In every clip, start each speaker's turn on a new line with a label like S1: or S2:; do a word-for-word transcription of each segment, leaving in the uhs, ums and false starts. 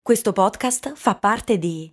S1: Questo podcast fa parte di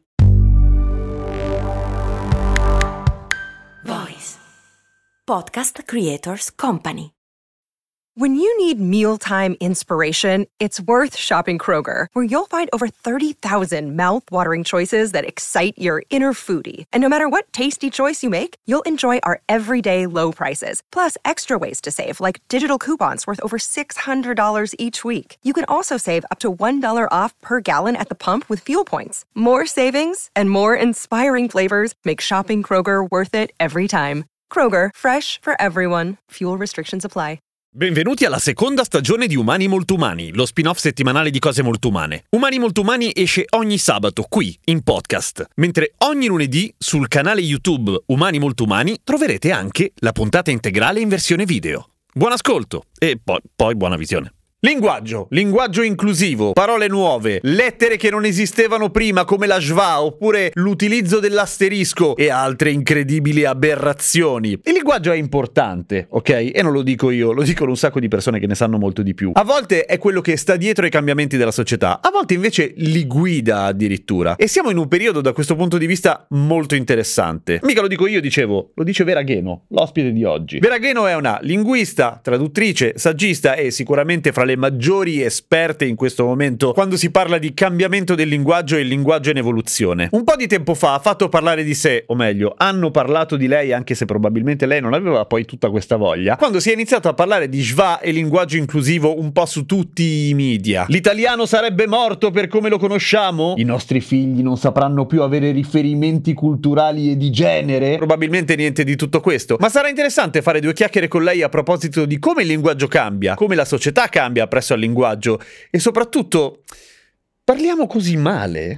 S1: Voice Podcast Creators Company.
S2: When you need mealtime inspiration, it's worth shopping Kroger, where you'll find over thirty thousand mouth-watering choices that excite your inner foodie. And no matter what tasty choice you make, you'll enjoy our everyday low prices, plus extra ways to save, like digital coupons worth over six hundred dollars each week. You can also save up to one dollar off per gallon at the pump with fuel points. More savings and more inspiring flavors make shopping Kroger worth it every time. Kroger, fresh for everyone. Fuel restrictions apply.
S3: Benvenuti alla seconda stagione di Umani Molto Umani, lo spin-off settimanale di Cose Molto Umane. Umani Molto Umani esce ogni sabato qui, in podcast, mentre ogni lunedì sul canale YouTube Umani Molto Umani troverete anche la puntata integrale in versione video. Buon ascolto e poi, poi buona visione. Linguaggio, linguaggio inclusivo, parole nuove, lettere che non esistevano prima come la schwa oppure l'utilizzo dell'asterisco e altre incredibili aberrazioni. Il linguaggio è importante, ok? E non lo dico io, lo dicono un sacco di persone che ne sanno molto di più. A volte è quello che sta dietro ai cambiamenti della società, a volte invece li guida addirittura. E siamo in un periodo da questo punto di vista molto interessante. Mica lo dico io, dicevo, lo dice Vera Gheno, l'ospite di oggi. Vera Gheno è una linguista, traduttrice, saggista e sicuramente fra le maggiori esperte in questo momento quando si parla di cambiamento del linguaggio e il linguaggio in evoluzione. Un po' di tempo fa ha fatto parlare di sé, o meglio, hanno parlato di lei, anche se probabilmente lei non aveva poi tutta questa voglia, quando si è iniziato a parlare di schwa e linguaggio inclusivo un po' su tutti i media. L'italiano sarebbe morto per come lo conosciamo? I nostri figli non sapranno più avere riferimenti culturali e di genere? Probabilmente niente di tutto questo, ma sarà interessante fare due chiacchiere con lei a proposito di come il linguaggio cambia, come la società cambia presso al linguaggio e soprattutto parliamo così male.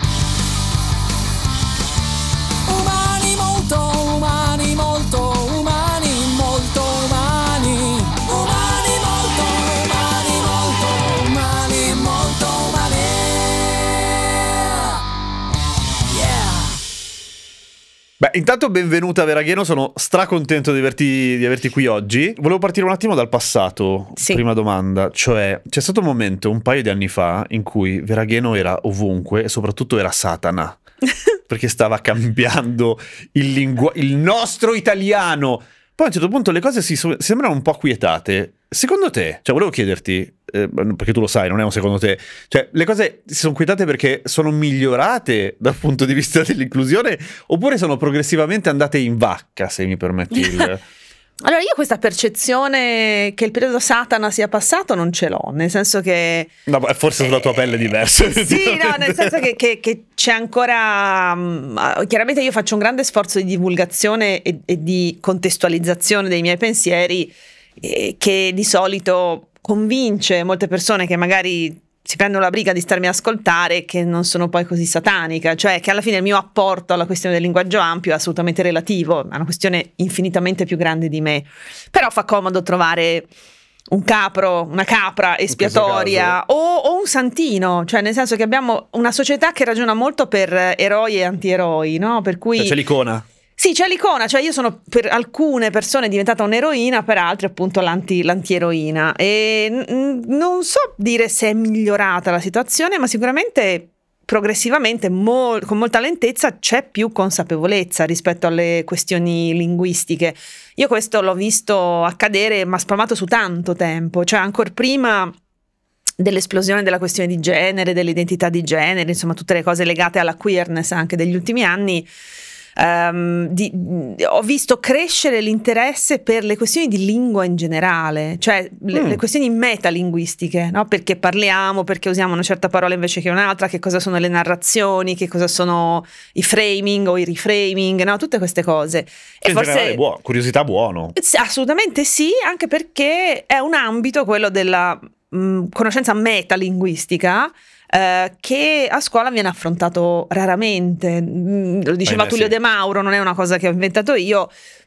S4: Umani molto umani molto umani molto umani umani molto umani molto umani molto umani yeah.
S3: Beh, intanto benvenuta Vera Gheno, sono stracontento di averti, di averti qui oggi. Volevo partire un attimo dal passato,
S5: sì.
S3: Prima domanda, cioè c'è stato un momento un paio di anni fa in cui Vera Gheno era ovunque e soprattutto era Satana, perché stava cambiando il, lingua- il nostro italiano. Poi a un certo punto le cose si so- sembrano un po' quietate. Secondo te, cioè volevo chiederti, eh, perché tu lo sai, non è un secondo te, cioè le cose si sono quietate perché sono migliorate dal punto di vista dell'inclusione oppure sono progressivamente andate in vacca, se mi permetti il...
S5: Allora io questa percezione che il periodo Satana sia passato non ce l'ho, nel senso che...
S3: No, forse sulla tua pelle è diversa.
S5: Sì, no, nel senso che, che, che c'è ancora... Um, chiaramente io faccio un grande sforzo di divulgazione e, e di contestualizzazione dei miei pensieri eh, che di solito convince molte persone che magari si prendono la briga di starmi a ascoltare che non sono poi così satanica, cioè che alla fine il mio apporto alla questione del linguaggio ampio è assolutamente relativo, è una questione infinitamente più grande di me, però fa comodo trovare un capro, una capra espiatoria o, o un santino, cioè nel senso che abbiamo una società che ragiona molto per eroi e antieroi, no? Per cui
S3: Cioè, c'è l'icona.
S5: Sì, c'è l'icona, cioè io sono per alcune persone diventata un'eroina, per altre appunto l'anti, l'antieroina e n- non so dire se è migliorata la situazione, ma sicuramente progressivamente mol- con molta lentezza c'è più consapevolezza rispetto alle questioni linguistiche. Io questo l'ho visto accadere, ma spalmato su tanto tempo, cioè ancora prima dell'esplosione della questione di genere, dell'identità di genere, insomma tutte le cose legate alla queerness anche degli ultimi anni. Um, di, ho visto crescere l'interesse per le questioni di lingua in generale, cioè le, mm. le questioni metalinguistiche, no? Perché parliamo, perché usiamo una certa parola invece che un'altra, che cosa sono le narrazioni, che cosa sono i framing o i reframing, no? Tutte queste cose.
S3: Che
S5: e
S3: in
S5: forse
S3: generale è buono, curiosità buono.
S5: Assolutamente sì, anche perché è un ambito, quello della mh, conoscenza metalinguistica, Uh, che a scuola viene affrontato raramente. Mm, lo diceva
S3: eh beh,
S5: Tullio
S3: sì.
S5: De Mauro, non è una cosa che ho inventato io.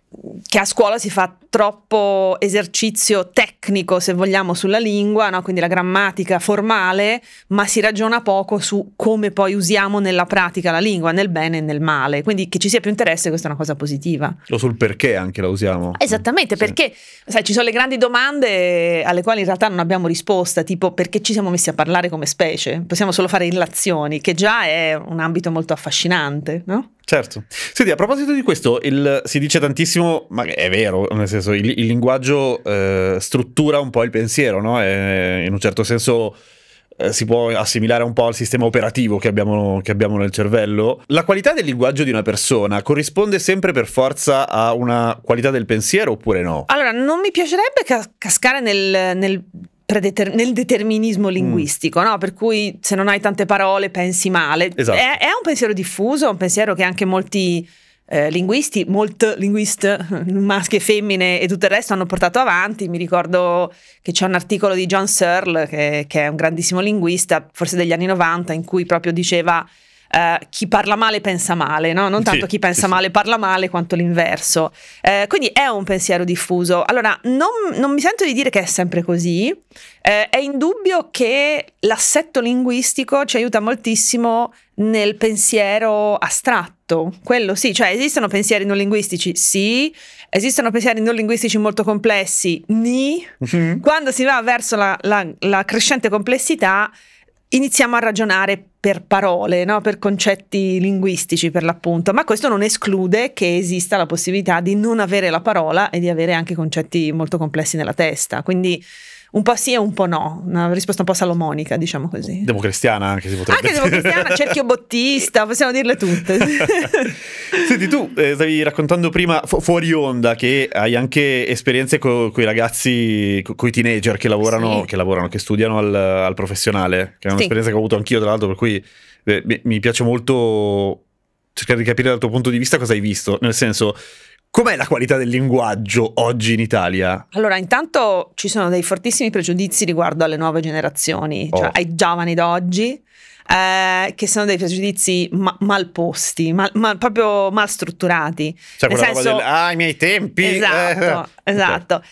S5: che a scuola si fa troppo esercizio tecnico, se vogliamo, sulla lingua, no? Quindi la grammatica formale, ma si ragiona poco su come poi usiamo nella pratica la lingua, nel bene e nel male. Quindi che ci sia più interesse, questa è una cosa positiva.
S3: O sul perché anche la usiamo.
S5: Esattamente,
S3: Sì.
S5: perché sai, ci sono le grandi domande alle quali in realtà non abbiamo risposta, tipo perché ci siamo messi a parlare come specie? Possiamo solo fare illazioni, che già è un ambito molto affascinante, no?
S3: Certo. Senti, a proposito di questo, il, si dice tantissimo, ma è vero, nel senso, il, il linguaggio eh, struttura un po' il pensiero, no? E, in un certo senso eh, si può assimilare un po' al sistema operativo che abbiamo, che abbiamo nel cervello. La qualità del linguaggio di una persona corrisponde sempre per forza a una qualità del pensiero oppure no?
S5: Allora, non mi piacerebbe ca- cascare nel... nel... Predeter- nel determinismo linguistico, mm. no? Per cui se non hai tante parole pensi male.
S3: Esatto.
S5: È, è un pensiero diffuso, un pensiero che anche molti eh, linguisti, molti linguiste, maschi e femmine e tutto il resto hanno portato avanti. Mi ricordo che c'è un articolo di John Searle, che, che è un grandissimo linguista, forse degli anni novanta, in cui proprio diceva Uh, chi parla male pensa male, no? Non tanto
S3: sì,
S5: chi pensa
S3: sì,
S5: male parla male quanto l'inverso. Uh, quindi è un pensiero diffuso. Allora, non, non mi sento di dire che è sempre così. Uh, è indubbio che l'assetto linguistico ci aiuta moltissimo nel pensiero astratto. Quello sì, cioè esistono pensieri non linguistici? Sì. Esistono pensieri non linguistici molto complessi? Ni. Mm-hmm. Quando si va verso la, la, la crescente complessità, iniziamo a ragionare per parole, no? Per concetti linguistici per l'appunto, ma questo non esclude che esista la possibilità di non avere la parola e di avere anche concetti molto complessi nella testa, quindi un po' sì e un po' no, una risposta un po' salomonica, diciamo così.
S3: Democristiana anche si potrebbe
S5: Anche democristiana, cerchio bottista, possiamo dirle tutte.
S3: Senti, tu eh, stavi raccontando prima fu- fuori onda che hai anche esperienze con i ragazzi, con i teenager che lavorano,
S5: sì.
S3: che lavorano, che studiano al, al professionale, che è un'esperienza sì. che ho avuto anch'io tra l'altro, per cui eh, mi, mi piace molto cercare di capire dal tuo punto di vista cosa hai visto, nel senso, com'è la qualità del linguaggio oggi in Italia?
S5: Allora, intanto ci sono dei fortissimi pregiudizi riguardo alle nuove generazioni, cioè oh. ai giovani d'oggi, eh, che sono dei pregiudizi ma- mal posti, mal, mal, proprio mal strutturati.
S3: Cioè
S5: Nel
S3: quella
S5: senso,
S3: roba del, ah, i miei tempi!
S5: Esatto,
S3: eh.
S5: esatto. Okay.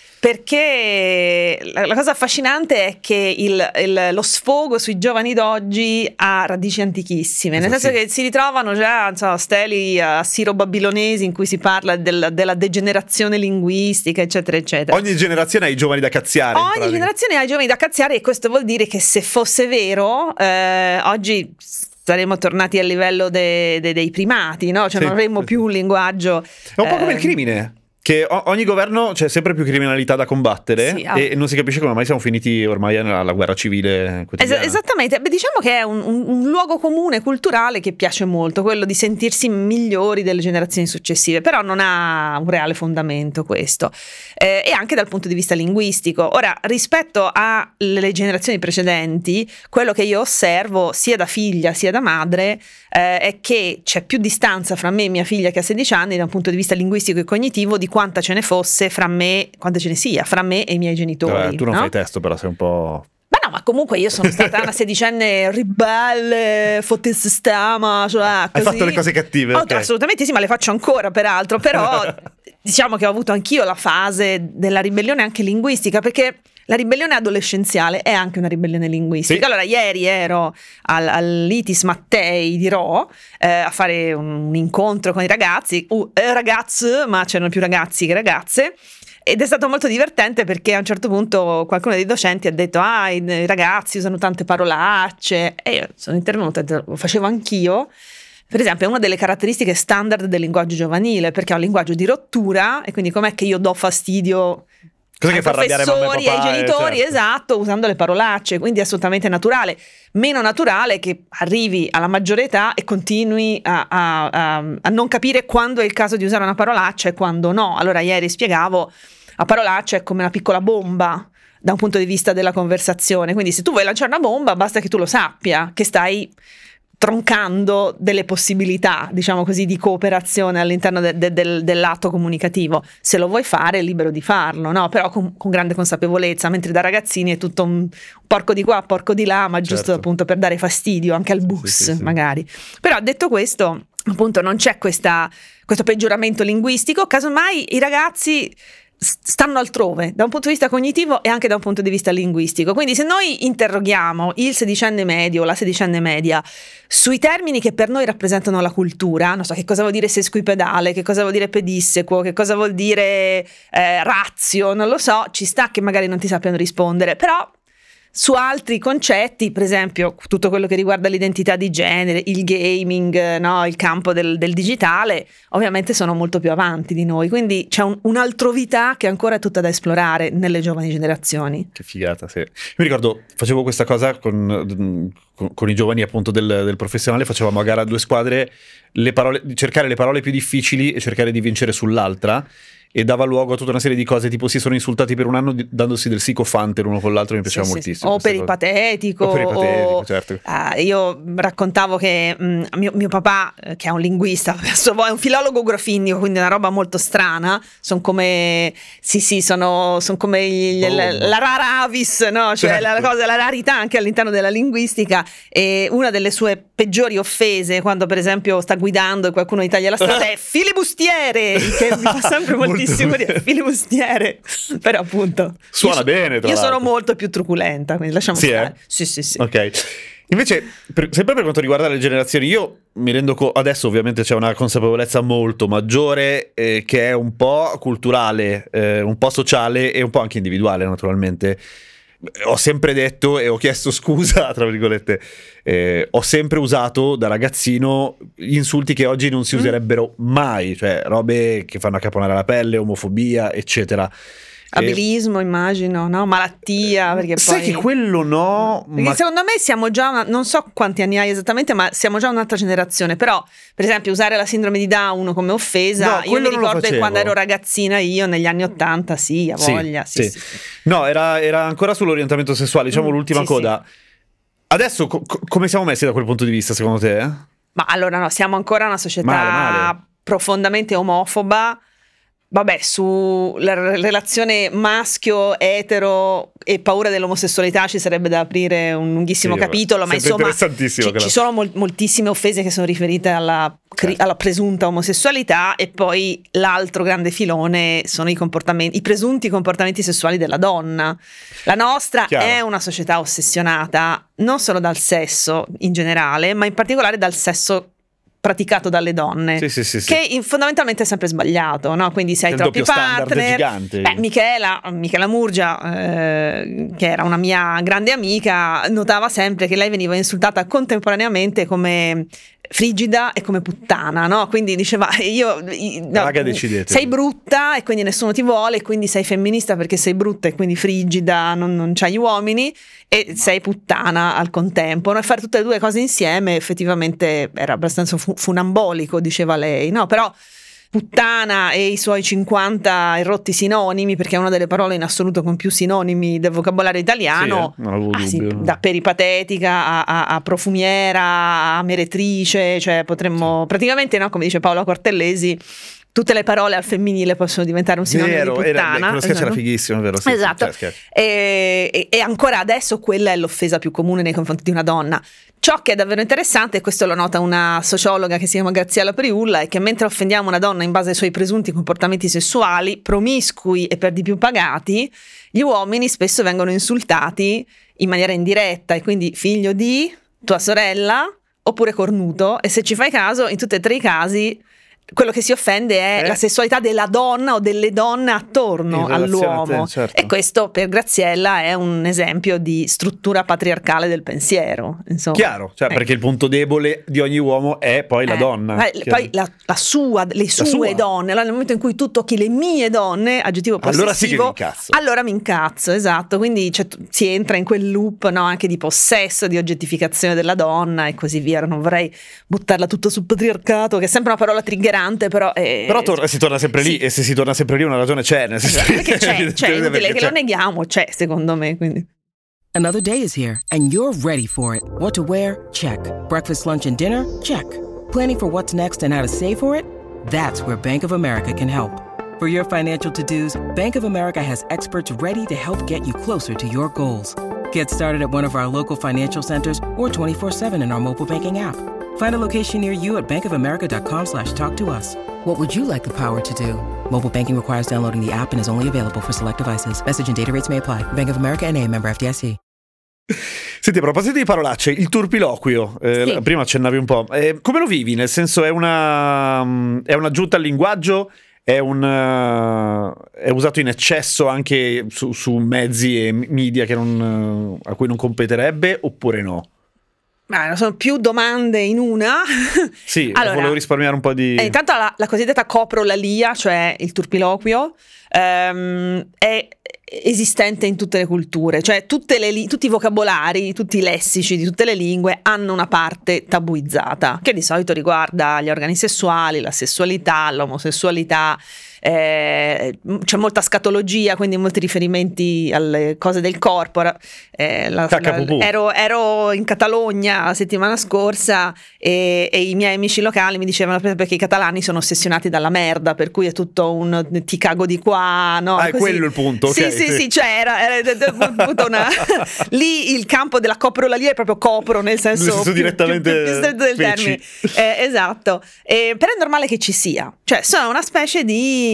S5: Perché la, la cosa affascinante è che il, il, lo sfogo sui giovani d'oggi ha radici antichissime, nel senso sì. che si ritrovano già so, steli assiro-babilonesi in cui si parla del, della degenerazione linguistica, eccetera, eccetera.
S3: Ogni generazione ha i giovani da cazziare.
S5: Ogni generazione ha i giovani da cazziare e questo vuol dire che se fosse vero, eh, oggi saremmo tornati al livello de, de, dei primati, no? Cioè sì, non avremmo più un linguaggio.
S3: È un po' come il crimine. Che ogni governo c'è sempre più criminalità da combattere sì, ah. e non si capisce come mai siamo finiti ormai alla guerra civile quotidiana.
S5: Es- esattamente, beh, diciamo che è un, un, un luogo comune culturale che piace molto, quello di sentirsi migliori delle generazioni successive, però non ha un reale fondamento questo, eh, e anche dal punto di vista linguistico. Ora, rispetto alle generazioni precedenti, quello che io osservo sia da figlia sia da madre eh, è che c'è più distanza fra me e mia figlia che ha sedici anni da un punto di vista linguistico e cognitivo di quanta ce ne fosse fra me, quanta ce ne sia fra me e i miei genitori.
S3: Eh, tu non
S5: no?
S3: fai testo, però sei un po'.
S5: Ma no, ma comunque io sono stata una sedicenne ribelle, fotte il sistema, cioè così.
S3: Hai fatto le cose cattive.
S5: Oh,
S3: okay.
S5: Assolutamente sì, ma le faccio ancora peraltro, però diciamo che ho avuto anch'io la fase della ribellione anche linguistica, perché la ribellione adolescenziale è anche una ribellione linguistica. Sì. Allora, ieri ero al, all'I T I S Mattei di Rho eh, a fare un, un incontro con i ragazzi, uh, eh, ragazzi, ma c'erano più ragazzi che ragazze. Ed è stato molto divertente perché a un certo punto qualcuno dei docenti ha detto ah, i ragazzi usano tante parolacce, e io sono intervenuta e lo facevo anch'io. Per esempio, è una delle caratteristiche standard del linguaggio giovanile, perché è un linguaggio di rottura e quindi com'è che io do fastidio
S3: Cos'è
S5: ai
S3: che fa
S5: professori, ai genitori,
S3: certo.
S5: esatto, usando le parolacce, quindi è assolutamente naturale. Meno naturale che arrivi alla maggiore età e continui a, a, a, a non capire quando è il caso di usare una parolaccia e quando no. Allora ieri spiegavo, la parolaccia è come una piccola bomba da un punto di vista della conversazione, quindi se tu vuoi lanciare una bomba basta che tu lo sappia, che stai troncando delle possibilità, diciamo così, di cooperazione all'interno de- de- del, dell'atto comunicativo. Se lo vuoi fare è libero di farlo, no? Però con, con grande consapevolezza, mentre da ragazzini è tutto un porco di qua, porco di là, ma giusto certo. appunto per dare fastidio anche al bus, sì, sì, sì. magari. Però detto questo, appunto non c'è questa, questo peggioramento linguistico, casomai i ragazzi stanno altrove da un punto di vista cognitivo e anche da un punto di vista linguistico. Quindi se noi interroghiamo il sedicenne medio o la sedicenne media sui termini che per noi rappresentano la cultura, non so che cosa vuol dire sesquipedale, che cosa vuol dire pedissequo, che cosa vuol dire eh, razio, non lo so, ci sta che magari non ti sappiano rispondere, però su altri concetti, per esempio tutto quello che riguarda l'identità di genere, il gaming, no, il campo del, del digitale, ovviamente sono molto più avanti di noi, quindi c'è un, un'altrovità che ancora è tutta da esplorare nelle giovani generazioni. Che
S3: figata, sì. Mi ricordo, facevo questa cosa con, con, con i giovani appunto del, del professionale, facevamo a gara due squadre, le parole, cercare le parole più difficili e cercare di vincere sull'altra, e dava luogo a tutta una serie di cose, tipo si sono insultati per un anno di, dandosi del sicofante l'uno con l'altro, mi piaceva sì, moltissimo.
S5: O per il patetico,
S3: o per il patetico, certo.
S5: Uh, io raccontavo che mh, mio, mio papà, che è un linguista, è un filologo grofinnico, quindi è una roba molto strana, sono come, sì sì, sono, sono come gli, oh. la, la rara avis, no? Cioè certo. la, cosa, la rarità anche all'interno della linguistica, e una delle sue peggiori offese, quando per esempio sta guidando e qualcuno gli taglia la strada, è filibustiere, che mi fa sempre moltissimo dire filibustiere, però appunto
S3: suona
S5: io,
S3: bene tra
S5: io
S3: l'altro.
S5: sono molto più truculenta, quindi lasciamo
S3: sì,
S5: stare
S3: eh?
S5: sì sì sì
S3: ok. Invece per, sempre per quanto riguarda le generazioni, io mi rendo conto adesso ovviamente c'è una consapevolezza molto maggiore eh, che è un po' culturale, eh, un po' sociale e un po' anche individuale naturalmente. Ho sempre detto e ho chiesto scusa, tra virgolette, eh, ho sempre usato da ragazzino insulti che oggi non si userebbero mai, cioè robe che fanno accaponare la pelle, omofobia, eccetera.
S5: Abilismo, eh, immagino, no? Malattia, perché
S3: sai
S5: poi...
S3: che quello no,
S5: perché
S3: ma...
S5: secondo me siamo già una... non so quanti anni hai esattamente, ma siamo già un'altra generazione. Però per esempio usare la sindrome di Down come offesa,
S3: no,
S5: io mi ricordo
S3: che
S5: quando ero ragazzina io negli anni ottanta, sì, a voglia sì,
S3: sì,
S5: sì.
S3: Sì, sì. No, era, era ancora sull'orientamento sessuale, diciamo mm, l'ultima sì, coda sì. Adesso co- come siamo messi da quel punto di vista secondo te? Eh?
S5: Ma allora no, siamo ancora una società
S3: male, male.
S5: profondamente omofoba. Vabbè, sulla relazione maschio, etero e paura dell'omosessualità ci sarebbe da aprire un lunghissimo sì, capitolo, ma insomma ci, ci sono mol- moltissime offese che sono riferite alla, cri- certo. alla presunta omosessualità, e poi l'altro grande filone sono i comportamenti, i presunti comportamenti sessuali della donna. La nostra Chiaro. È una società ossessionata non solo dal sesso in generale, ma in particolare dal sesso praticato dalle donne,
S3: sì, sì, sì, sì.
S5: che in, fondamentalmente è sempre sbagliato, no? Quindi se hai troppi partner, beh, Michela, Michela Murgia, eh, che era una mia grande amica, notava sempre che lei veniva insultata contemporaneamente come frigida e come puttana, no? Quindi diceva io no, sei brutta e quindi nessuno ti vuole, quindi sei femminista perché sei brutta e quindi frigida, non, non c'hai gli uomini, e sei puttana al contempo, no? E fare tutte e due le cose insieme effettivamente era abbastanza fu- funambolico, diceva lei, no? Però puttana e i suoi cinquanta erotti sinonimi, perché è una delle parole in assoluto con più sinonimi del vocabolario italiano,
S3: sì, eh?
S5: ah, sì, da peripatetica a, a, a profumiera a meretrice, cioè potremmo sì. praticamente, no, come dice Paola Cortellesi, tutte le parole al femminile possono diventare un sinonimo
S3: vero,
S5: di puttana.
S3: Era, quello sketch
S5: esatto.
S3: era fighissimo, vero? Sì,
S5: esatto.
S3: Sì,
S5: e, e, e ancora adesso quella è l'offesa più comune nei confronti di una donna. Ciò che è davvero interessante, e questo lo nota una sociologa che si chiama Graziella Priulla, è che mentre offendiamo una donna in base ai suoi presunti comportamenti sessuali, promiscui e per di più pagati, gli uomini spesso vengono insultati in maniera indiretta, e quindi figlio di, tua sorella, oppure cornuto, e se ci fai caso in tutti e tre i casi quello che si offende è eh? la sessualità della donna o delle donne attorno all'uomo,
S3: te, certo.
S5: E questo per Graziella è un esempio di struttura patriarcale del pensiero, insomma.
S3: Chiaro, cioè, eh. perché il punto debole di ogni uomo è poi eh. la donna,
S5: eh, poi la, la sua, le sue sua. donne. Allora nel momento in cui tu tocchi le mie donne, aggettivo possessivo,
S3: allora sì che mi incazzo,
S5: allora mi incazzo, esatto, quindi cioè, si entra in quel loop, no, anche di possesso, di oggettificazione della donna e così via. Non vorrei buttarla tutto sul patriarcato, che è sempre una parola triggerante, però è...
S3: però tor- si torna sempre lì, sì. E se si torna sempre lì una ragione c'è, nel senso
S5: perché c'è, c'è, è inutile che c'è. Lo neghiamo, c'è secondo me, quindi.
S6: Another day is here and you're ready for it. What to wear? Check. Breakfast, lunch and dinner? Check. Planning for what's next and how to save for it? That's where Bank of America can help. For your financial to-dos, Bank of America has experts ready to help get you closer to your goals. Get started at one of our local financial centers or twenty-four seven in our mobile banking app. Find a location near you at bankofamerica.com slash talk to us. What would you like the power to do? Mobile banking requires downloading the app and is only available for select devices. Message and data rates may apply. Bank of America N A, member F D I C.
S3: Senti, a proposito di parolacce, il turpiloquio, eh,
S5: Sì.
S3: prima accennavi un po', eh, come lo vivi? Nel senso, è una è un'aggiunta al linguaggio? È, un, uh, è usato in eccesso anche su, su mezzi e media che non, uh, a cui non competerebbe, oppure no?
S5: Ma sono più domande in una.
S3: Sì,
S5: Allora,
S3: volevo risparmiare un po' di...
S5: Eh, intanto la, la cosiddetta coprolalia, cioè il turpiloquio, ehm, è esistente in tutte le culture, cioè tutte le li- tutti i vocabolari, tutti i lessici di tutte le lingue hanno una parte tabuizzata, che di solito riguarda gli organi sessuali, la sessualità, l'omosessualità. Eh, c'è molta scatologia, quindi molti riferimenti alle cose del corpo. Eh, la, la, ero, ero in Catalogna la settimana scorsa e, e i miei amici locali mi dicevano perché i catalani sono ossessionati dalla merda, per cui è tutto un ti cago di qua, no?
S3: Ah, è
S5: così.
S3: quello il punto,
S5: sì,
S3: okay,
S5: sì,
S3: sì,
S5: sì, cioè era, era, era una... lì il campo della coprolalia è proprio copro nel senso,
S3: nel senso
S5: più,
S3: direttamente
S5: più, più, più stretto del termine. Eh, esatto, eh, però è normale che ci sia, cioè sono una specie di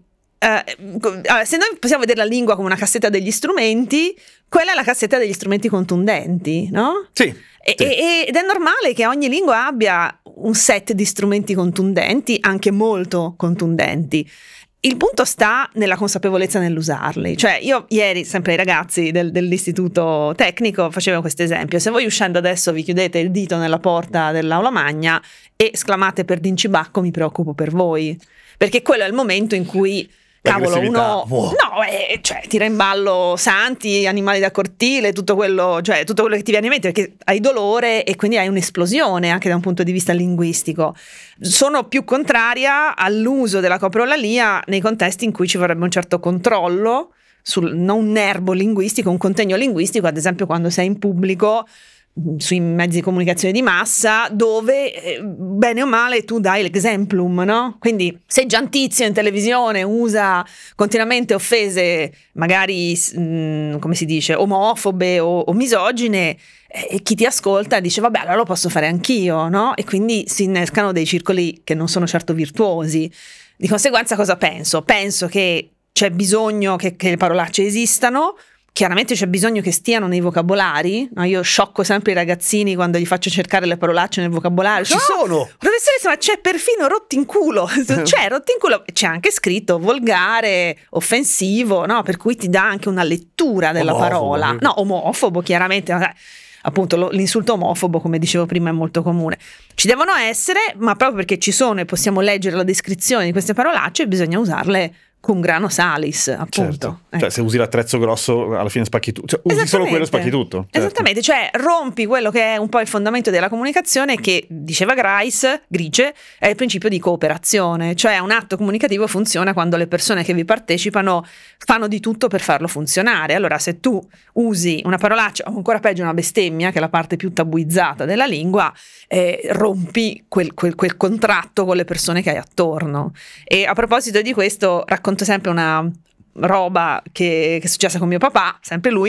S5: Uh, se noi possiamo vedere la lingua come una cassetta degli strumenti, quella è la cassetta degli strumenti contundenti, no?
S3: Sì,
S5: e,
S3: sì.
S5: E, ed è normale che ogni lingua abbia un set di strumenti contundenti, anche molto contundenti. Il punto sta nella consapevolezza nell'usarli. Cioè, io ieri, sempre ai ragazzi del, dell'istituto tecnico, facevo questo esempio. Se voi uscendo adesso vi chiudete il dito nella porta dell'aula magna e esclamate per Dincibacco, mi preoccupo per voi. Perché quello è il momento in cui cavolo, uno
S3: wow.
S5: no, eh, cioè tira in ballo santi, animali da cortile, tutto quello, cioè tutto quello che ti viene in mente, perché hai dolore e quindi hai un'esplosione anche da un punto di vista linguistico. Sono più contraria all'uso della coprolalia nei contesti in cui ci vorrebbe un certo controllo sul non un nervo linguistico, un contegno linguistico, ad esempio quando sei in pubblico sui mezzi di comunicazione di massa, dove eh, bene o male tu dai l'exemplum, no? Quindi se Gian Tizio in televisione usa continuamente offese magari mh, come si dice, omofobe o, o misogine, e eh, chi ti ascolta dice vabbè, allora lo posso fare anch'io, no? E quindi si innescano dei circoli che non sono certo virtuosi. Di conseguenza cosa penso? Penso che c'è bisogno che, che le parolacce esistano. Chiaramente c'è bisogno che stiano nei vocabolari, no? Io sciocco sempre i ragazzini quando gli faccio cercare le parolacce nel vocabolario.
S3: Ci
S5: oh,
S3: sono!
S5: Professoressa, ma c'è perfino rotti in culo. C'è rotti in culo, c'è anche scritto volgare, offensivo, no? Per cui ti dà anche una lettura della
S3: Omofobo.
S5: parola. No, omofobo, chiaramente. Appunto lo, l'insulto omofobo, come dicevo prima, è molto comune. Ci devono essere, ma proprio perché ci sono e possiamo leggere la descrizione di queste parolacce, bisogna usarle cum grano salis, appunto.
S3: Certo.
S5: Ecco.
S3: Cioè, se usi l'attrezzo grosso, alla fine spacchi tutto. Cioè, usi solo quello e spacchi tutto. Certo.
S5: Esattamente, cioè rompi quello che è un po' il fondamento della comunicazione, che diceva Grice, Grice, è il principio di cooperazione. Cioè un atto comunicativo funziona quando le persone che vi partecipano fanno di tutto per farlo funzionare. Allora, se tu usi una parolaccia o ancora peggio una bestemmia, che è la parte più tabuizzata della lingua, eh, rompi quel, quel, quel contratto con le persone che hai attorno. E a proposito di questo, racconto sempre una roba che, che è successa con mio papà, sempre lui,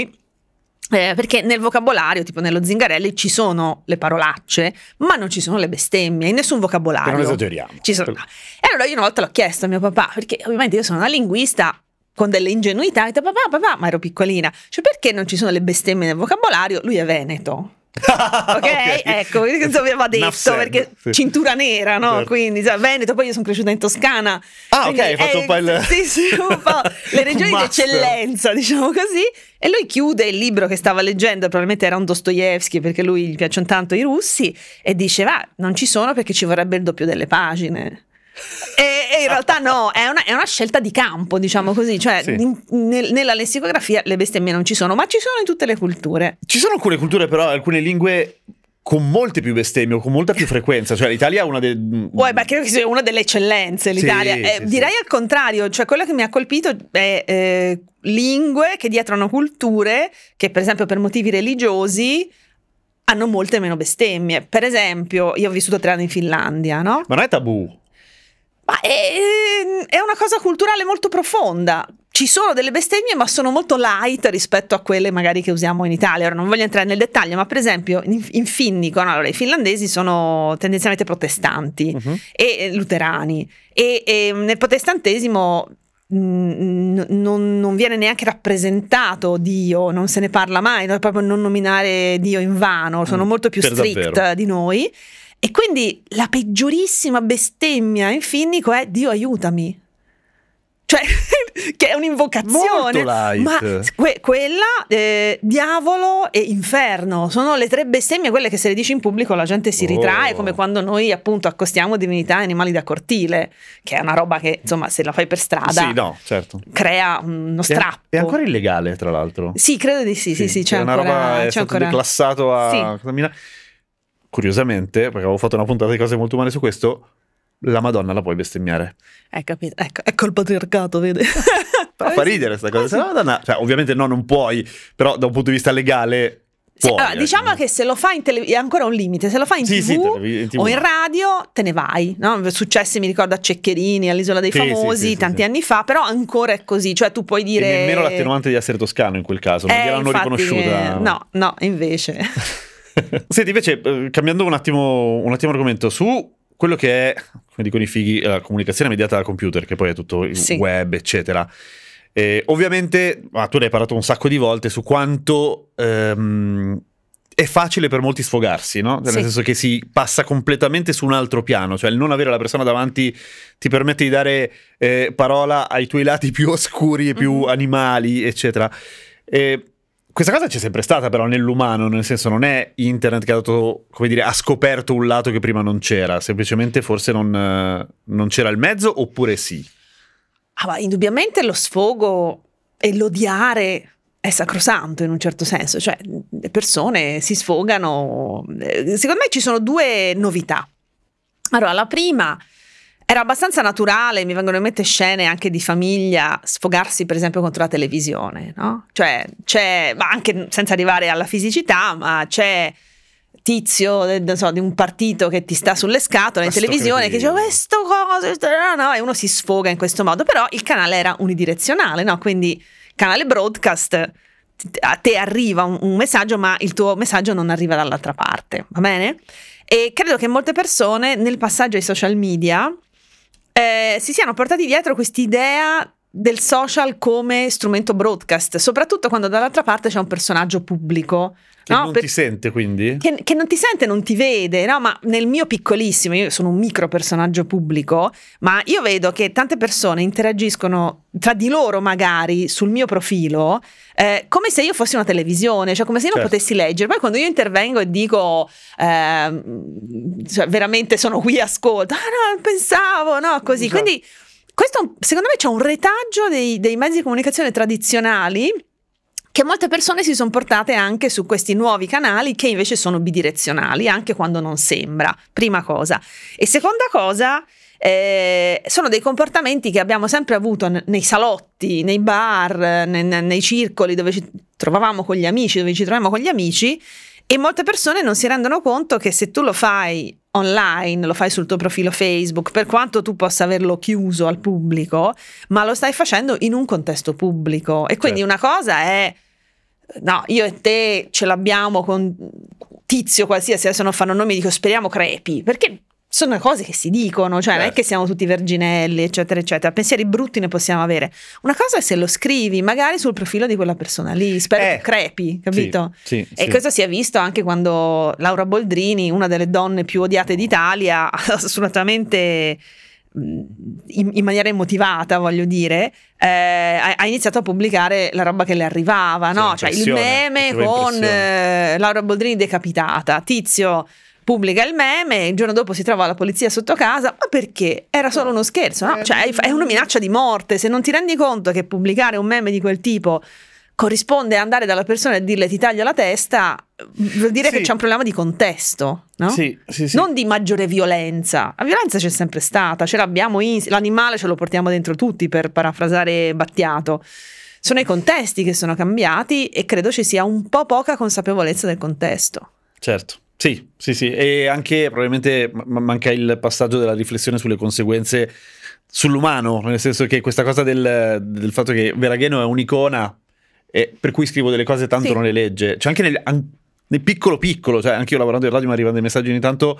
S5: eh, perché nel vocabolario, tipo nello Zingarelli, ci sono le parolacce, ma non ci sono le bestemmie, in nessun vocabolario.
S3: Non esageriamo.
S5: Ci sono. E allora io una volta l'ho chiesto a mio papà, perché ovviamente io sono una linguista con delle ingenuità, ho detto papà, papà, ma ero piccolina, cioè perché non ci sono le bestemmie nel vocabolario? Lui è veneto. ok, okay. Ecco, questo aveva detto
S3: Nassem,
S5: perché
S3: sì.
S5: Cintura nera, no?
S3: Certo.
S5: Quindi cioè, Veneto, poi io sono cresciuta in Toscana.
S3: Ah,
S5: quindi,
S3: ok, hai fatto
S5: eh,
S3: un po' il
S5: sì, sì, un po' le regioni di
S3: Master.
S5: eccellenza, diciamo così. E lui chiude il libro che stava leggendo, probabilmente era un Dostoevskij, perché lui gli piacciono tanto i russi, e dice va, non ci sono perché ci vorrebbe il doppio delle pagine. E, e in realtà no, è una, è una scelta di campo, diciamo così, cioè
S3: Sì.
S5: in, nel, nella lessicografia le bestemmie non ci sono, ma ci sono in tutte le culture.
S3: Ci sono alcune culture, però, alcune lingue con molte più bestemmie o con molta più frequenza. Cioè l'Italia è una delle...
S5: Uè, ma credo che sia una delle eccellenze l'Italia.
S3: Sì,
S5: eh,
S3: sì,
S5: direi
S3: sì.
S5: al contrario, cioè quello che mi ha colpito è eh, lingue che dietro hanno culture che per esempio per motivi religiosi hanno molte meno bestemmie. Per esempio, io ho vissuto tre anni in Finlandia, no?
S3: Ma non è tabù.
S5: Ma è, è una cosa culturale molto profonda. ci sono delle bestemmie, ma sono molto light rispetto a quelle magari che usiamo in Italia. Ora non voglio entrare nel dettaglio, ma per esempio in, in finnico, no? Allora, i finlandesi sono tendenzialmente protestanti uh-huh. e luterani, e, e nel protestantesimo mh, non, non viene neanche rappresentato Dio, non se ne parla mai, no? Proprio non nominare Dio in vano, sono molto più
S3: per
S5: strict
S3: davvero.
S5: di noi, e quindi la peggiorissima bestemmia in finnico è Dio aiutami. Cioè, che è un'invocazione,
S3: Molto light.
S5: ma que- quella, eh, diavolo e inferno sono le tre bestemmie, quelle che se le dici in pubblico la gente si ritrae,
S3: Oh.
S5: come quando noi appunto accostiamo divinità e animali da cortile, che è una roba che insomma se la fai per strada
S3: Sì, no, certo.
S5: crea uno
S3: È,
S5: strappo.
S3: è ancora illegale, tra l'altro.
S5: Sì, credo di sì, sì, sì, c'è
S3: è una
S5: ancora,
S3: roba, è
S5: c'è
S3: stato
S5: ancora.
S3: declassato a
S5: Sì.
S3: Contamina- Curiosamente, perché avevo fatto una puntata di cose molto umane su questo, la Madonna la puoi bestemmiare.
S5: Eh, capito, ecco, ecco il patriarcato, vede.
S3: Però fa ridere sta cosa. Se la Madonna, cioè, ovviamente no, non puoi, però da un punto di vista legale
S5: Sì,
S3: puoi.
S5: allora, diciamo
S3: ecco.
S5: che se lo fai in televisione è ancora un limite, se lo fai in,
S3: Sì,
S5: TV,
S3: sì, televi- in TV
S5: o in
S3: no.
S5: radio te ne vai, no? Successi, mi ricordo, a Ceccherini, all'Isola dei
S3: Sì,
S5: Famosi,
S3: sì, sì,
S5: tanti
S3: sì, sì.
S5: anni fa, però ancora è così, cioè tu puoi dire...
S3: E nemmeno l'attenuante di essere toscano in quel caso, non
S5: Eh,
S3: gliel'hanno
S5: infatti,
S3: riconosciuta.
S5: eh, no, no, invece...
S3: Senti, invece, eh, cambiando un attimo, un attimo argomento, su quello che è, come dicono i fighi, la comunicazione mediata da computer, che poi è tutto il
S5: Sì.
S3: web, eccetera. Eh, ovviamente, ma tu ne hai parlato un sacco di volte su quanto ehm, è facile per molti sfogarsi, no? Nel
S5: Sì.
S3: senso che si passa completamente su un altro piano, cioè il non avere la persona davanti ti permette di dare eh, parola ai tuoi lati più oscuri e più
S5: Mhm.
S3: animali, eccetera. E questa cosa c'è sempre stata però nell'umano, nel senso non è internet che ha dato, come dire, ha scoperto un lato che prima non c'era, semplicemente forse non, eh, non c'era il mezzo, oppure sì.
S5: Ah, ma indubbiamente lo sfogo e l'odiare è sacrosanto in un certo senso, cioè le persone si sfogano. Eh, Secondo me ci sono due novità. Allora, la prima era abbastanza naturale, mi vengono in mente scene anche di famiglia sfogarsi per esempio contro la televisione, no? Cioè c'è, ma anche senza arrivare alla fisicità, ma c'è tizio eh, non so, di un partito che ti sta sulle scatole in
S3: Questo
S5: televisione che dice
S3: cretino.
S5: questo cosa, questo, no, no, e uno si sfoga in questo modo, però il canale era unidirezionale, no? Quindi canale broadcast, a te arriva un, un messaggio, ma il tuo messaggio non arriva dall'altra parte, va bene? E credo che molte persone nel passaggio ai social media eh, si siano portati dietro quest'idea del social come strumento broadcast, soprattutto quando dall'altra parte c'è un personaggio pubblico.
S3: Che
S5: no?
S3: non
S5: Per-
S3: ti sente, quindi?
S5: Che, che non ti sente, non ti vede, no? Ma nel mio piccolissimo, io sono un micro personaggio pubblico, ma io vedo che tante persone interagiscono tra di loro magari sul mio profilo eh, come se io fossi una televisione, cioè come se io non
S3: Certo.
S5: potessi leggere. Poi quando io intervengo e dico ehm, cioè, veramente sono qui, ascolto, ah no, non pensavo, no, così.
S3: Esatto.
S5: Quindi questo secondo me c'è un retaggio dei, dei mezzi di comunicazione tradizionali che molte persone si sono portate anche su questi nuovi canali che invece sono bidirezionali, anche quando non sembra, prima cosa. E seconda cosa, eh, sono dei comportamenti che abbiamo sempre avuto n- nei salotti, nei bar, ne- ne- nei circoli dove ci trovavamo con gli amici, dove ci troviamo con gli amici, e molte persone non si rendono conto che se tu lo fai online, lo fai sul tuo profilo Facebook, per quanto tu possa averlo chiuso al pubblico, ma lo stai facendo in un contesto pubblico. E quindi
S3: Certo.
S5: una cosa è no, io e te ce l'abbiamo con tizio qualsiasi, adesso non fanno nomi, dico speriamo crepi, perché sono cose che si dicono, cioè non è
S3: Certo.
S5: che siamo tutti verginelli, eccetera, eccetera. Pensieri brutti ne possiamo avere. Una cosa è se lo scrivi, magari sul profilo di quella persona lì, spero
S3: Eh,
S5: che crepi, capito?
S3: Sì, sì,
S5: E
S3: sì.
S5: questo si è visto anche quando Laura Boldrini, una delle donne più odiate d'Italia, assolutamente in, in maniera immotivata, voglio dire, eh, ha, ha iniziato a pubblicare la roba che le arrivava,
S3: Sì,
S5: no? Cioè il
S3: impressione,
S5: meme
S3: faceva
S5: con
S3: impressione.
S5: eh, Laura Boldrini decapitata, tizio pubblica il meme, il giorno dopo si trova la polizia sotto casa, ma perché? Era solo uno scherzo, no? Cioè è una minaccia di morte, se non ti rendi conto che pubblicare un meme di quel tipo corrisponde a andare dalla persona e dirle ti taglio la testa, vuol dire
S3: Sì.
S5: che c'è un problema di contesto, no?
S3: Sì, sì, sì.
S5: Non di maggiore violenza. La violenza c'è sempre stata, ce l'abbiamo in, l'animale ce lo portiamo dentro tutti, per parafrasare Battiato. Sono i contesti che sono cambiati e credo ci sia un po' poca consapevolezza del contesto.
S3: Certo, sì, sì, sì, e anche probabilmente ma- manca il passaggio della riflessione sulle conseguenze sull'umano, nel senso che questa cosa del, del fatto che Veragheno è un'icona e per cui scrivo delle cose tanto
S5: Sì.
S3: non le legge, cioè anche nel, an- nel piccolo piccolo, cioè anche io lavorando in radio mi arrivano dei messaggi ogni tanto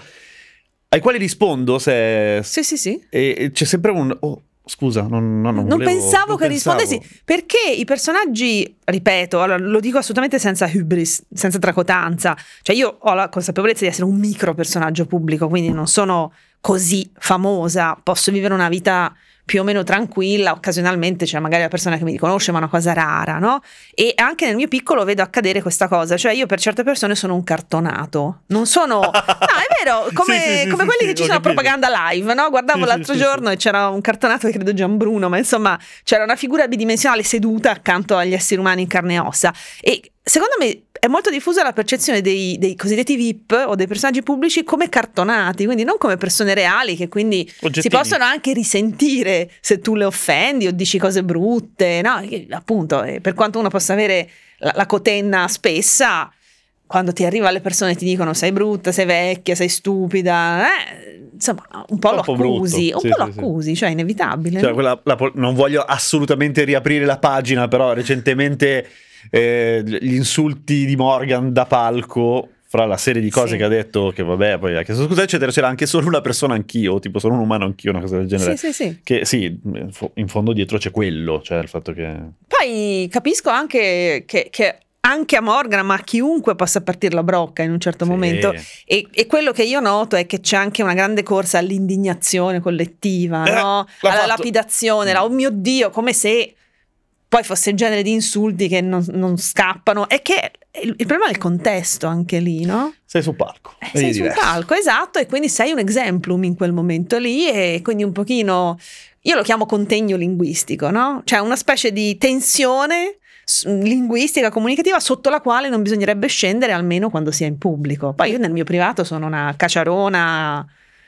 S3: ai quali rispondo se
S5: Sì, sì, sì.
S3: e, e c'è sempre un oh, scusa, non, no, non,
S5: Non
S3: volevo-
S5: pensavo
S3: non
S5: che
S3: pensavo.
S5: rispondessi, perché i personaggi, ripeto, allora, lo dico assolutamente senza hubris, senza tracotanza, cioè io ho la consapevolezza di essere un micro personaggio pubblico, quindi non sono così famosa, posso vivere una vita più o meno tranquilla, occasionalmente c'è magari la persona che mi riconosce, ma è una cosa rara, no? E anche nel mio piccolo vedo accadere questa cosa, cioè io per certe persone sono un cartonato, non sono... No, è vero, come,
S3: Sì, sì, sì,
S5: come
S3: sì,
S5: quelli
S3: sì,
S5: che ci
S3: ho
S5: sono a
S3: capito.
S5: propaganda live, no? Guardavo
S3: Sì, sì,
S5: l'altro
S3: sì,
S5: giorno e c'era un cartonato, credo Gianbruno, ma insomma c'era una figura bidimensionale seduta accanto agli esseri umani in carne e ossa, e secondo me è molto diffusa la percezione dei, dei cosiddetti V I P o dei personaggi pubblici come cartonati, quindi non come persone reali che quindi si
S3: Oggettini.
S5: possono anche risentire se tu le offendi o dici cose brutte, no? Che, appunto, eh, per quanto uno possa avere la, la cotenna spessa, quando ti arriva le persone e ti dicono sei brutta, sei vecchia, sei stupida, eh, insomma un po'
S3: Un
S5: lo
S3: po'
S5: accusi,
S3: brutto,
S5: un
S3: sì,
S5: po' lo
S3: sì, sì.
S5: accusi, cioè è inevitabile.
S3: Cioè,
S5: no?
S3: quella- la pol- non voglio assolutamente riaprire la pagina, però recentemente eh, gli insulti di Morgan da palco, fra la serie di cose
S5: Sì.
S3: che ha detto, che vabbè, poi ha chiesto scusa, eccetera, c'era anche solo una persona anch'io, tipo sono un umano anch'io, una cosa del genere.
S5: Sì, sì, sì.
S3: Che sì, in fondo dietro c'è quello, cioè il fatto che...
S5: Poi capisco anche che, che anche a Morgan, ma a chiunque possa partire la brocca in un certo
S3: Sì.
S5: momento. E, e quello che io noto è che c'è anche una grande corsa all'indignazione collettiva,
S3: Eh,
S5: no?
S3: l'ha
S5: Alla
S3: fatto.
S5: lapidazione, la, oh mio Dio, come se poi fosse il genere di insulti che non, non scappano. E che il, il problema è il contesto anche lì, no?
S3: Sei sul palco.
S5: Eh,
S3: ed è
S5: sei sul
S3: diverso.
S5: palco, esatto, e quindi sei un exemplum in quel momento lì, e quindi un pochino, io lo chiamo contegno linguistico, no? Cioè una specie di tensione s- linguistica, comunicativa, sotto la quale non bisognerebbe scendere, almeno quando si è in pubblico. Poi io nel mio privato sono una caciarona,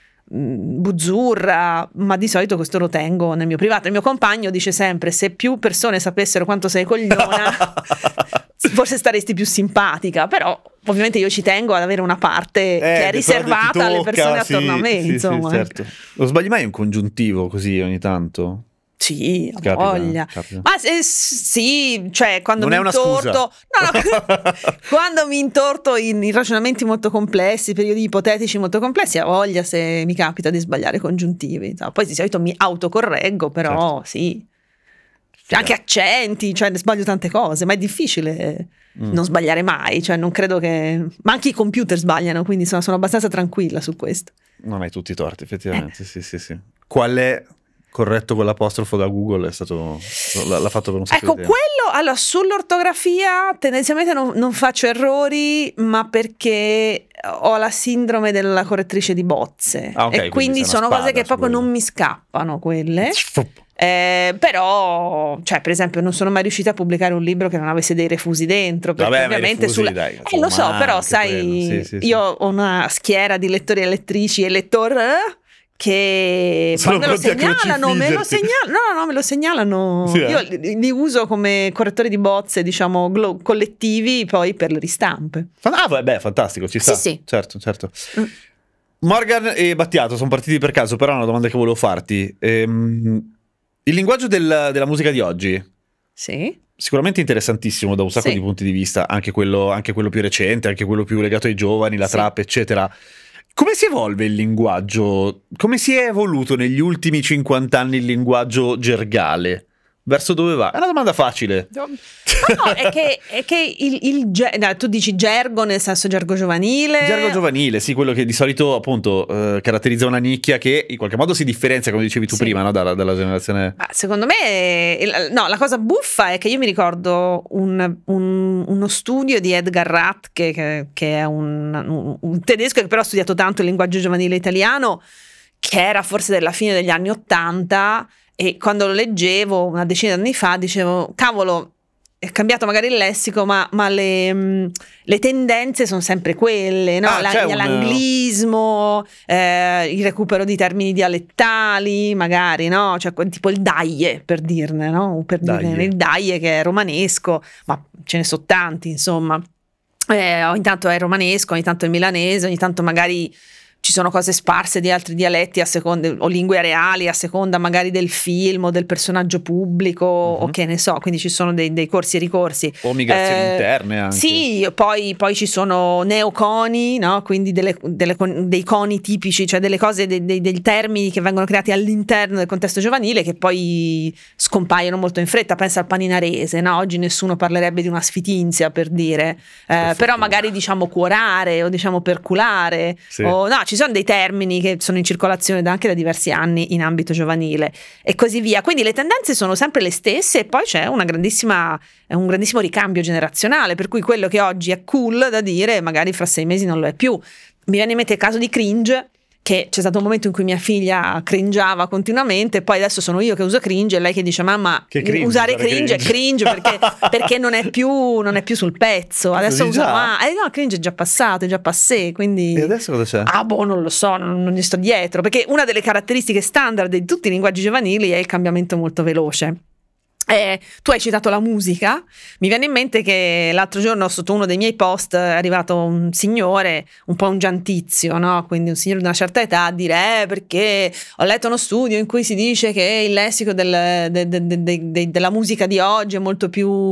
S5: mh, buzzurra, ma di solito questo lo tengo nel mio privato. Il mio compagno dice sempre: se più persone sapessero quanto sei cogliona, forse staresti più simpatica. Però ovviamente io ci tengo ad avere una parte
S3: Eh,
S5: che è
S3: che
S5: riservata
S3: però ti
S5: alle
S3: tocca,
S5: persone
S3: sì,
S5: attorno a me,
S3: sì, sì,
S5: insomma.
S3: certo. Lo sbagli mai un congiuntivo così ogni tanto?
S5: Sì, ha
S3: Capita,
S5: voglia.
S3: capita.
S5: Ma se- sì, cioè quando
S3: Non
S5: mi
S3: è una
S5: intorto,
S3: scusa.
S5: no, no, quando mi intorto in, in ragionamenti molto complessi, periodi ipotetici molto complessi, ha voglia se mi capita di sbagliare congiuntivi. insomma. Poi di solito mi autocorreggo, però
S3: Certo.
S5: sì. Anche accenti, cioè ne sbaglio tante cose, ma è difficile
S3: Mm.
S5: non sbagliare mai, cioè non credo che... Ma anche i computer sbagliano, quindi sono, sono abbastanza tranquilla su questo.
S3: Non hai tutti i torti, effettivamente. Sì, sì, sì. Qual è corretto con l'apostrofo da Google? È stato l'ha, l'ha fatto per un sacco
S5: Ecco,
S3: di tempo.
S5: quello, allora, sull'ortografia tendenzialmente non, non faccio errori, ma perché ho la sindrome della correttrice di bozze.
S3: Ah, ok,
S5: e
S3: quindi
S5: quindi
S3: sei una
S5: sono cose
S3: spada
S5: che
S3: su
S5: proprio
S3: quello.
S5: non mi scappano, quelle. Eh, però, cioè, per esempio, non sono mai riuscita a pubblicare un libro che non avesse dei refusi dentro. Perché
S3: Vabbè, ma i
S5: ovviamente
S3: refusi,
S5: sulla...
S3: dai,
S5: Eh, lo so,
S3: umani,
S5: però,
S3: anche
S5: sai,
S3: quello. Sì, sì, sì.
S5: io ho una schiera di lettori e lettrici e lettori che
S3: Sono
S5: poi me lo
S3: pronti a
S5: segnalano, me lo
S3: crocifiggerti.
S5: segnalano, no, no, no, me lo segnalano.
S3: Sì, eh?
S5: Io li, li uso come correttori di bozze, diciamo, glo- collettivi, poi per le ristampe.
S3: Ah, vabbè, fantastico, ci sta.
S5: Sì, sì.
S3: Certo, certo.
S5: Mm.
S3: Morgan e Battiato sono partiti per caso, però è una domanda che volevo farti. Ehm, il linguaggio del- della musica di oggi,
S5: Sì.
S3: sicuramente interessantissimo da un sacco
S5: Sì.
S3: di punti di vista, anche quello, anche quello più recente, anche quello più legato ai giovani, la
S5: Sì.
S3: trap, eccetera. Come si evolve il linguaggio? Come si è evoluto negli ultimi cinquanta anni il linguaggio gergale? Verso dove va? È una domanda facile.
S5: No, no, è che, è che il, il ge- no, tu dici gergo nel senso gergo giovanile.
S3: Gergo giovanile, sì, quello che di solito appunto eh, caratterizza una nicchia che in qualche modo si differenzia, come dicevi tu
S5: Sì.
S3: prima, no? dalla, dalla generazione...
S5: Ma secondo me, il- no, la cosa buffa è che io mi ricordo un- un- uno studio di Edgar Ratke, che, che è un, un- un tedesco che però ha studiato tanto il linguaggio giovanile italiano, che era forse della fine degli anni Ottanta, e quando lo leggevo una decina di anni fa dicevo, cavolo, è cambiato magari il lessico, ma, ma le, mh, le tendenze sono sempre quelle, no?
S3: Ah,
S5: La-
S3: c'è un-
S5: l'anglismo, eh, il recupero di termini dialettali, magari, no? Cioè, que- tipo il daie, per dirne, no? Per
S3: Daie.
S5: dirne il daie che è romanesco, ma ce ne sono tanti, insomma. Eh, ogni tanto è romanesco, ogni tanto è milanese, ogni tanto magari ci ci sono cose sparse di altri dialetti a seconda, o lingue reali a seconda magari del film o del personaggio pubblico
S3: Mhm.
S5: o che ne so, quindi ci sono dei, dei corsi e ricorsi.
S3: O migrazioni
S5: Eh,
S3: interne anche.
S5: Sì, poi, poi ci sono neoconi, no? Quindi delle, delle con- dei coni tipici, cioè delle cose, dei, dei- dei termini che vengono creati all'interno del contesto giovanile che poi scompaiono molto in fretta. Pensa al paninarese, no? Oggi nessuno parlerebbe di una sfitinzia, per dire, Eh, però magari diciamo cuorare o diciamo perculare,
S3: Sì.
S5: o no, ci sono dei termini che sono in circolazione da, anche da diversi anni in ambito giovanile e così via. Quindi le tendenze sono sempre le stesse e poi c'è una grandissima, è un grandissimo ricambio generazionale, per cui quello che oggi è cool da dire magari fra sei mesi non lo è più. Mi viene in mente il caso di cringe, che c'è stato un momento in cui mia figlia cringiava continuamente, poi adesso sono io che uso cringe e lei che dice mamma
S3: Che cringe,
S5: usare
S3: usare
S5: cringe, è cringe perché, perché non, è più, non è più sul pezzo, adesso
S3: Così
S5: usa
S3: già?
S5: ma eh no, cringe è già passato, è già passé, quindi
S3: E adesso cosa c'è?
S5: ah boh, non lo so, non, non gli sto dietro, perché una delle caratteristiche standard di tutti i linguaggi giovanili è il cambiamento molto veloce. Eh, tu hai citato la musica, mi viene in mente che l'altro giorno sotto uno dei miei post è arrivato un signore, un po' un giantizio, no? Quindi un signore di una certa età a dire eh, perché ho letto uno studio in cui si dice che il lessico del- de- de- de- de- de- della musica di oggi è molto più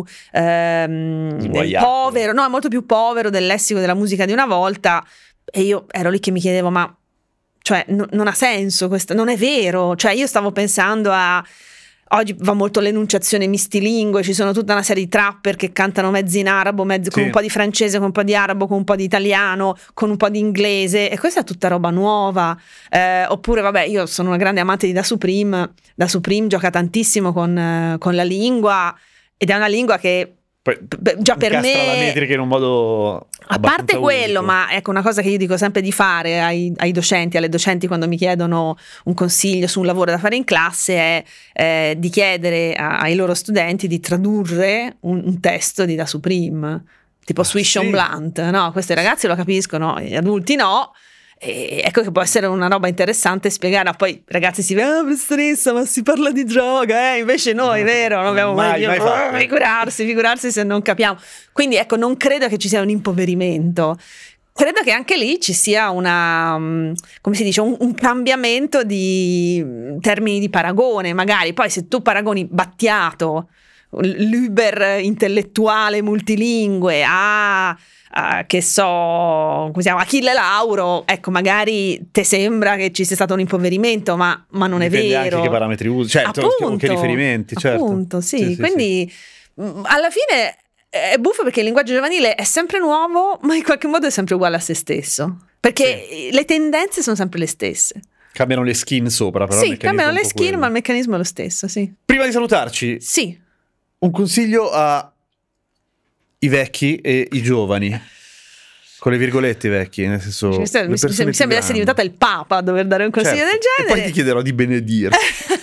S5: ehm,
S3: Sguaiato.
S5: povero, no, è molto più povero del lessico della musica di una volta, e io ero lì che mi chiedevo ma cioè no- non ha senso questo, non è vero, cioè io stavo pensando a oggi va molto l'enunciazione mistilingue, ci sono tutta una serie di trapper che cantano mezzi in arabo, mezzi con
S3: Sì.
S5: un po' di francese, con un po' di arabo, con un po' di italiano, con un po' di inglese, e questa è tutta roba nuova. Eh, oppure vabbè, io sono una grande amante di Da Supreme, Da Supreme gioca tantissimo con, eh, con la lingua, ed è una lingua che
S3: Poi
S5: p- già per
S3: incastra
S5: me
S3: la metrica in un modo
S5: a
S3: abbastanza
S5: parte quello,
S3: unico.
S5: ma ecco una cosa che io dico sempre di fare ai, ai docenti, alle docenti quando mi chiedono un consiglio su un lavoro da fare in classe è eh, di chiedere a- ai loro studenti di tradurre un, un testo di Da Supreme, tipo
S3: Ah,
S5: Swish
S3: sì?
S5: on Blunt, no? Questi ragazzi lo capiscono, gli adulti no. E ecco che può essere una roba interessante spiegare. Poi ragazzi si dice ah professoressa ma si parla di droga, eh? Invece noi vero non abbiamo mai,
S3: Mai- mai fatto.
S5: Oh, figurarsi figurarsi se non capiamo. Quindi ecco non credo che ci sia un impoverimento, credo che anche lì ci sia una mm, come si dice un, un cambiamento di mm, termini di paragone. Magari poi se tu paragoni Battiato, l'uber intellettuale multilingue a Uh, che so, come si chiama, Achille Lauro, ecco, magari te sembra che ci sia stato un impoverimento, ma, ma non
S3: Dipende
S5: è vero.
S3: anche che parametri usi, certo,
S5: Appunto,
S3: che riferimenti, certo.
S5: appunto, sì,
S3: Sì, sì,
S5: quindi mh, alla fine è buffo perché il linguaggio giovanile è sempre nuovo, ma in qualche modo è sempre uguale a se stesso, perché le tendenze sono sempre le stesse.
S3: Cambiano le skin sopra, però il
S5: Sì,
S3: meccanismo
S5: cambiano
S3: è un
S5: le
S3: po'
S5: skin,
S3: quello.
S5: ma il meccanismo è lo stesso, sì.
S3: Prima di salutarci,
S5: Sì,
S3: un consiglio a i vecchi e i giovani. Con le virgolette i vecchi, nel senso
S5: mi
S3: le
S5: sembra, mi
S3: persone
S5: sembra
S3: più
S5: di essere
S3: grandi.
S5: diventata il Papa a dover dare un consiglio
S3: Certo.
S5: del
S3: E
S5: genere.
S3: poi ti chiederò di benedire.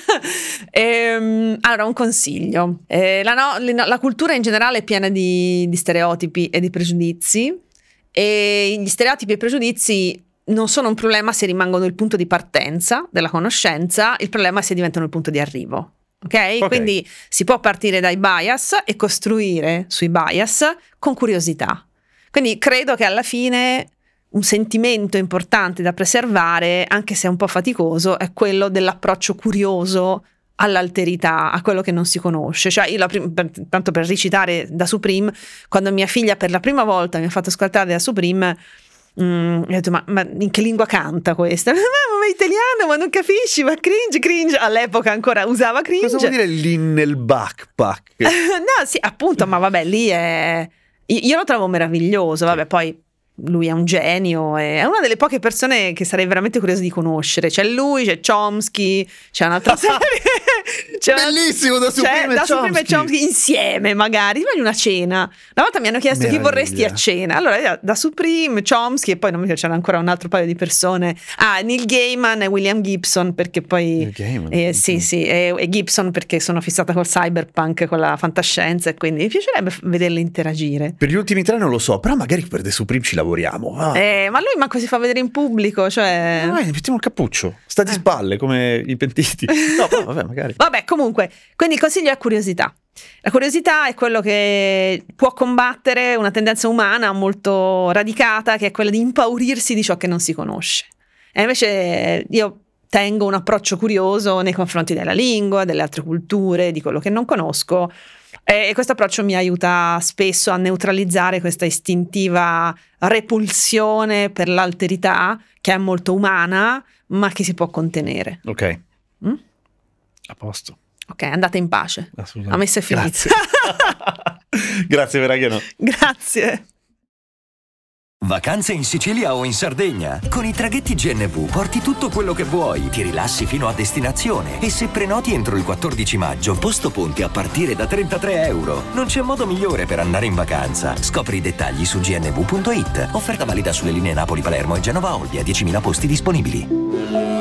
S5: Ehm, allora, un consiglio. Eh, la, no- le- no- la cultura in generale è piena di, di stereotipi e di pregiudizi, e gli stereotipi e i pregiudizi non sono un problema se rimangono il punto di partenza della conoscenza, il problema è se diventano il punto di arrivo. Ok?
S3: Ok.
S5: Quindi si può partire dai bias e costruire sui bias con curiosità. Quindi credo che alla fine un sentimento importante da preservare, anche se è un po' faticoso, è quello dell'approccio curioso all'alterità, a quello che non si conosce. Cioè io la prim- per- tanto per recitare Da Supreme, quando mia figlia per la prima volta mi ha fatto ascoltare Da Supreme, mm, ho detto ma, ma in che lingua canta questa? Ma, ma è italiano, ma non capisci, ma cringe, cringe. All'epoca ancora usava cringe.
S3: Cosa vuol dire lì nel backpack?
S5: No, sì, appunto, ma vabbè, lì è... Io io lo trovo meraviglioso, vabbè, poi lui è un genio, è una delle poche persone che sarei veramente curiosa di conoscere. C'è lui, c'è Chomsky, c'è un'altra serie. C'è una-
S3: Bellissimo, Da Supreme
S5: c'è
S3: e
S5: Da Supreme e
S3: Chomsky.
S5: Chomsky insieme, magari. Ti fai una cena. Una volta mi hanno chiesto chi
S3: Meraviglia.
S5: vorresti a cena. Allora, Da Supreme, Chomsky, e poi non mi piace, c'era ancora un altro paio di persone. Ah, Neil Gaiman e William Gibson, perché poi...
S3: Neil Gaiman.
S5: Eh, sì, sì, e, e Gibson perché sono fissata col cyberpunk, con la fantascienza, e quindi mi piacerebbe f- vederle interagire.
S3: Per gli ultimi tre non lo so, però magari per The Supreme ci lavoriamo. Ah.
S5: Eh, ma lui manco si fa vedere in pubblico, cioè...
S3: Vai, mettiamo il cappuccio. Sta di spalle come i pentiti. No, però vabbè, magari.
S5: Vabbè, comunque, quindi il consiglio è curiosità. La curiosità è quello che può combattere una tendenza umana molto radicata, che è quella di impaurirsi di ciò che non si conosce. E invece io tengo un approccio curioso nei confronti della lingua, delle altre culture, di quello che non conosco, e questo approccio mi aiuta spesso a neutralizzare questa istintiva repulsione per l'alterità, che è molto umana, ma che si può contenere.
S3: Ok.
S5: Mm?
S3: A posto.
S5: Ok, andate in pace. A me se finizia.
S3: Grazie Veragheno.
S5: Grazie.
S7: Vacanze in Sicilia o in Sardegna? Con i traghetti G N V porti tutto quello che vuoi, ti rilassi fino a destinazione e se prenoti entro il quattordici maggio, posto ponti a partire da trentatré euro. Non c'è modo migliore per andare in vacanza. Scopri i dettagli su g n v punto i t. Offerta valida sulle linee Napoli-Palermo e Genova-Olbia, diecimila posti disponibili.